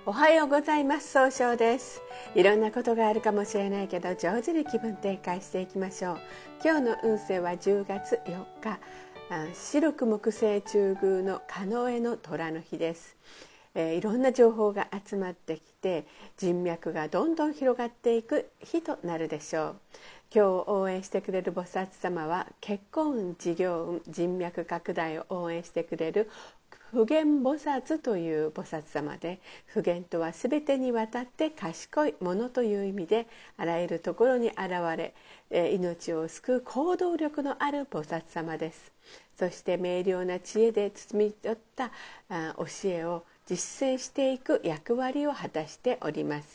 おはようございます。総称です。いろんなことがあるかもしれないけど、上手に気分転換していきましょう。今日の運勢は10月4日、白く木星中宮の庚申の虎の日です。いろんな情報が集まってきて、人脈がどんどん広がっていく日となるでしょう。今日応援してくれる菩薩様は、結婚運、事業運、人脈拡大を応援してくれる普賢菩薩という菩薩様で、普賢とは全てにわたって賢いものという意味で、あらゆるところに現れ、命を救う行動力のある菩薩様です。そして明瞭な知恵で包み取った教えを実践していく役割を果たしております。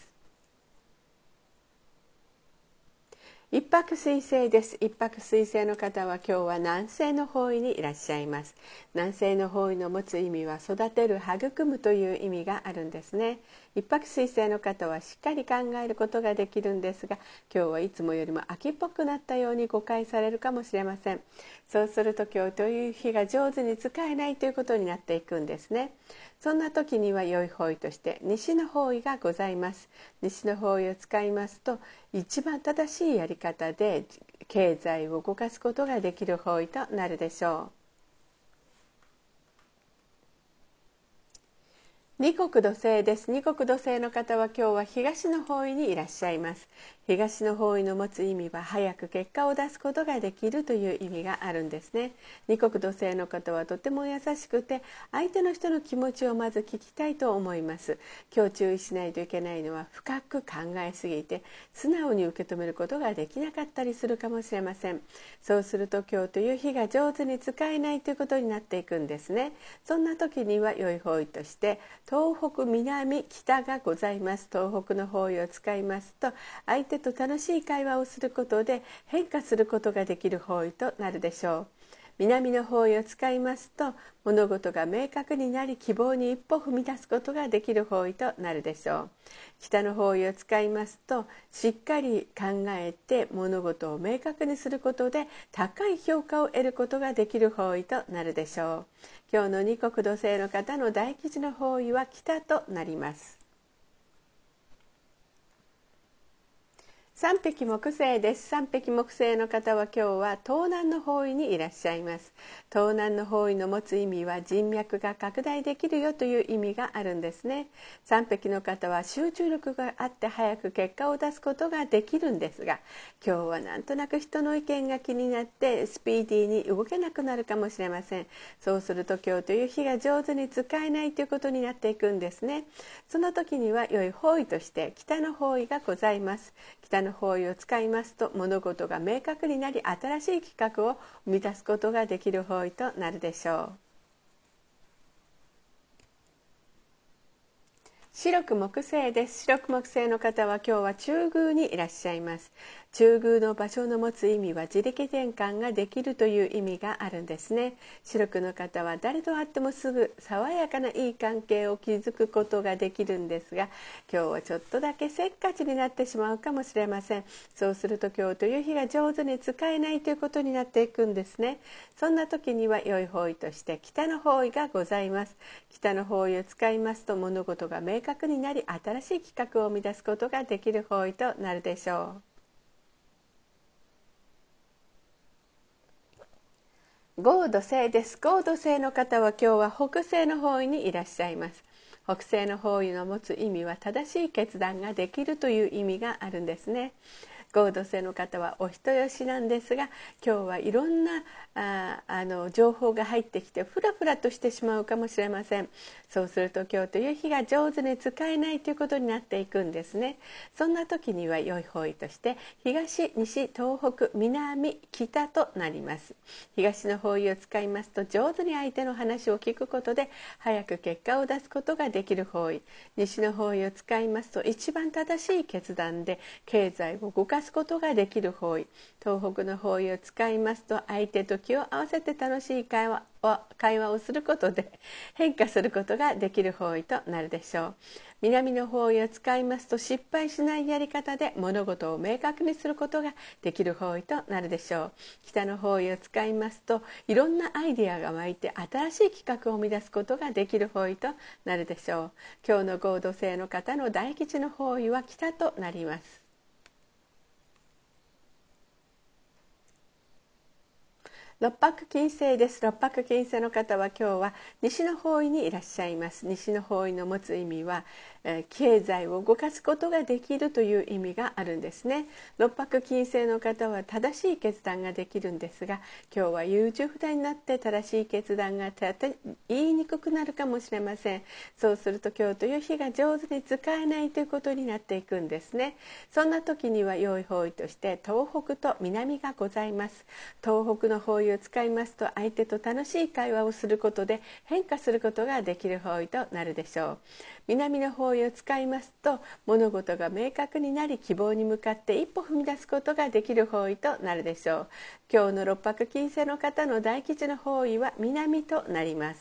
一泊水星です。一泊水星の方は今日は南西の方位にいらっしゃいます。南西の方位の持つ意味は育てる、育むという意味があるんですね。一泊水星の方はしっかり考えることができるんですが、今日はいつもよりも秋っぽくなったように誤解されるかもしれません。そうすると今日という日が上手に使えないということになっていくんですね。そんな時には良い方位として西の方位がございます。西の方位を使いますと、一番正しいやり方で経済を動かすことができる方位となるでしょう。二国土星です。二国土星の方は今日は東の方位にいらっしゃいます。東の方位の持つ意味は、早く結果を出すことができるという意味があるんですね。二国土星の方はとても優しくて、相手の人の気持ちをまず聞きたいと思います。今日注意しないといけないのは、深く考えすぎて素直に受け止めることができなかったりするかもしれません。そうすると今日という日が上手に使えないということになっていくんですね。そんな時には良い方位として東北、南、北がございます。東北の方位を使いますと、相手と楽しい会話をすることで変化することができる方位となるでしょう。南の方位を使いますと、物事が明確になり、希望に一歩踏み出すことができる方位となるでしょう。北の方位を使いますと、しっかり考えて物事を明確にすることで高い評価を得ることができる方位となるでしょう。今日の二国土星の方の大吉の方位は北となります。三匹木星です。三匹木星の方は今日は東南の方位にいらっしゃいます。東南の方位の持つ意味は、人脈が拡大できるよという意味があるんですね。三匹の方は集中力があって早く結果を出すことができるんですが、今日はなんとなく人の意見が気になってスピーディーに動けなくなるかもしれません。そうすると今日という日が上手に使えないということになっていくんですね。その時には良い方位として北の方位がございます。北の方位を使いますと、物事が明確になり、新しい企画を生み出すことができる方位となるでしょう。白く木星です。白く木星の方は今日は中宮にいらっしゃいます。中宮の場所の持つ意味は、自力転換ができるという意味があるんですね。白くの方は誰と会ってもすぐ爽やかないい関係を築くことができるんですが、今日はちょっとだけせっかちになってしまうかもしれません。そうすると今日という日が上手に使えないということになっていくんですね。そんな時には良い方位として北の方位がございます。北の方位を使いますと、物事が明確になり、新しい企画を生み出すことができる方位となるでしょう。合土星です。合土星の方は今日は北西の方位にいらっしゃいます。北西の方位の持つ意味は、正しい決断ができるという意味があるんですね。合土星の方はお人よしなんですが、今日はいろんな情報が入ってきてフラフラとしてしまうかもしれません。そうすると今日という日が上手に使えないということになっていくんですね。そんな時には良い方位として東、西、東北、南、北となります。東の方位を使いますと、上手に相手の話を聞くことで早く結果を出すことができる方位。西の方位を使いますと、一番正しい決断で経済を動かすすことができる方位、東北の方位を使いますと、相手と気を合わせて楽しい会話をすることで変化することができる方位となるでしょう。南の方位を使いますと、失敗しないやり方で物事を明確にすることができる方位となるでしょう。北の方位を使いますと、いろんなアイデアが湧いて新しい企画を生み出すことができる方位となるでしょう。今日の合土星の方の大吉の方位は北となります。六白金星です。六白金星の方は今日は西の方位にいらっしゃいます。西の方位の持つ意味は、経済を動かすことができるという意味があるんですね。六白金星の方は正しい決断ができるんですが、今日は優柔不断になって正しい決断が言いにくくなるかもしれません。そうすると今日という日が上手に使えないということになっていくんですね。そんな時には良い方位として東北と南がございます。東北の方位を使いますと、相手と楽しい会話をすることで変化することができる方位となるでしょう。南の方位を使いますと、物事が明確になり、希望に向かって一歩踏み出すことができる方位となるでしょう。今日の六白金星の方の大吉の方位は南となります。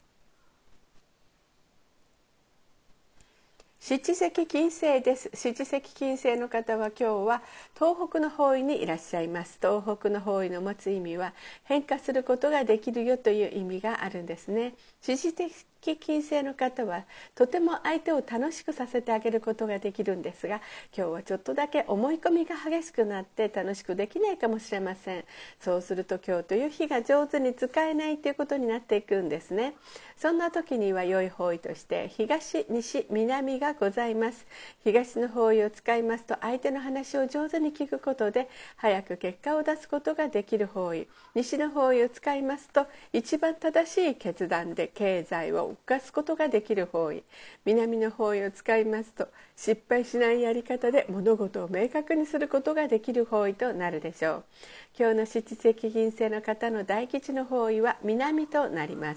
七石金星です。七石金星の方は今日は東北の方位にいらっしゃいます。東北の方位の持つ意味は、変化することができるよという意味があるんですね。七石金星の方はとても相手を楽しくさせてあげることができるんですが、今日はちょっとだけ思い込みが激しくなって楽しくできないかもしれません。そうすると今日という日が上手に使えないということになっていくんですね。そんな時には良い方位として東、西、南がございます。東の方位を使いますと、相手の話を上手に聞くことで早く結果を出すことができる方位。西の方位を使いますと、一番正しい決断で経済を動かすことができる方位。南の方位を使いますと、失敗しないやり方で物事を明確にすることができる方位となるでしょう。今日の七石金星の方の大吉の方位は南となります。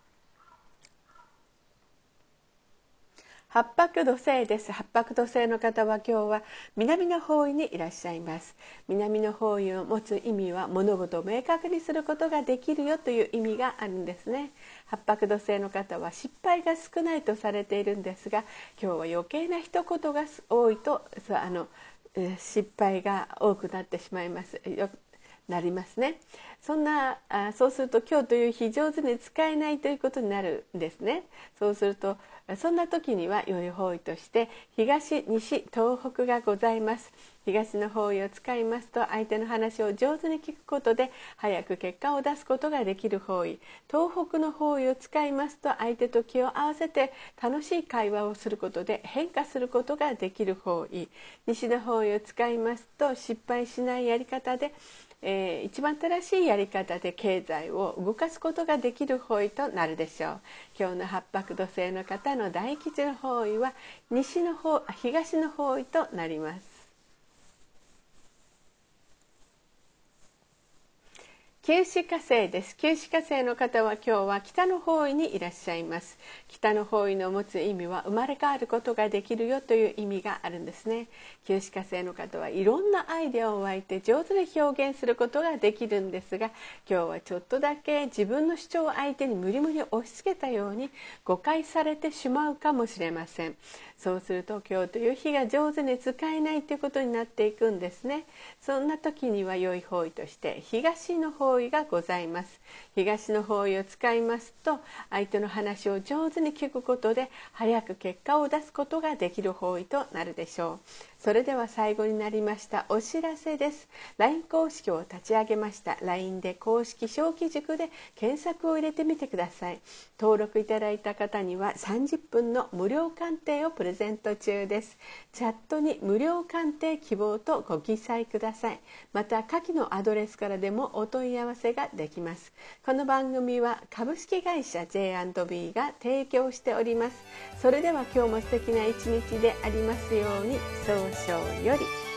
八白土星です。八白土星の方は今日は南の方位にいらっしゃいます。南の方位を持つ意味は、物事を明確にすることができるよという意味があるんですね。八白土星の方は失敗が少ないとされているんですが、今日は余計な一言が多いと失敗が多くなってしまいますなりますね。そうすると今日という日上手に使えないということになるんですね。そうするとそんな時には良い方位として東、西、東北がございます。東の方位を使いますと、相手の話を上手に聞くことで早く結果を出すことができる方位。東北の方位を使いますと、相手と気を合わせて楽しい会話をすることで変化することができる方位。西の方位を使いますと、失敗しないやり方で一番正しいやり方で経済を動かすことができる方位となるでしょう。今日の八白土星の方の大吉の方位は東の方位となります。九死火星です。九死火星の方は今日は北の方位にいらっしゃいます。北の方位の持つ意味は、生まれ変わることができるよという意味があるんですね。九死火星の方はいろんなアイデアを湧いて上手に表現することができるんですが、今日はちょっとだけ自分の主張を相手に無理無理押し付けたように誤解されてしまうかもしれません。そうすると今日という日が上手に使えないということになっていくんですね。そんな時には良い方位として東の方位がございます。東の方位を使いますと、相手の話を上手に聞くことで早く結果を出すことができる方位となるでしょう。それでは最後になりましたお知らせです。 LINE 公式を立ち上げました。 LINE で公式小規塾で検索を入れてみてください。登録いただいた方には30分の無料鑑定をプレゼント中です。チャットに無料鑑定希望とご記載ください。また下記のアドレスからでもお問い合わせができます。この番組は株式会社 J&B が提供しております。それでは今日も素敵な一日でありますように。早々より。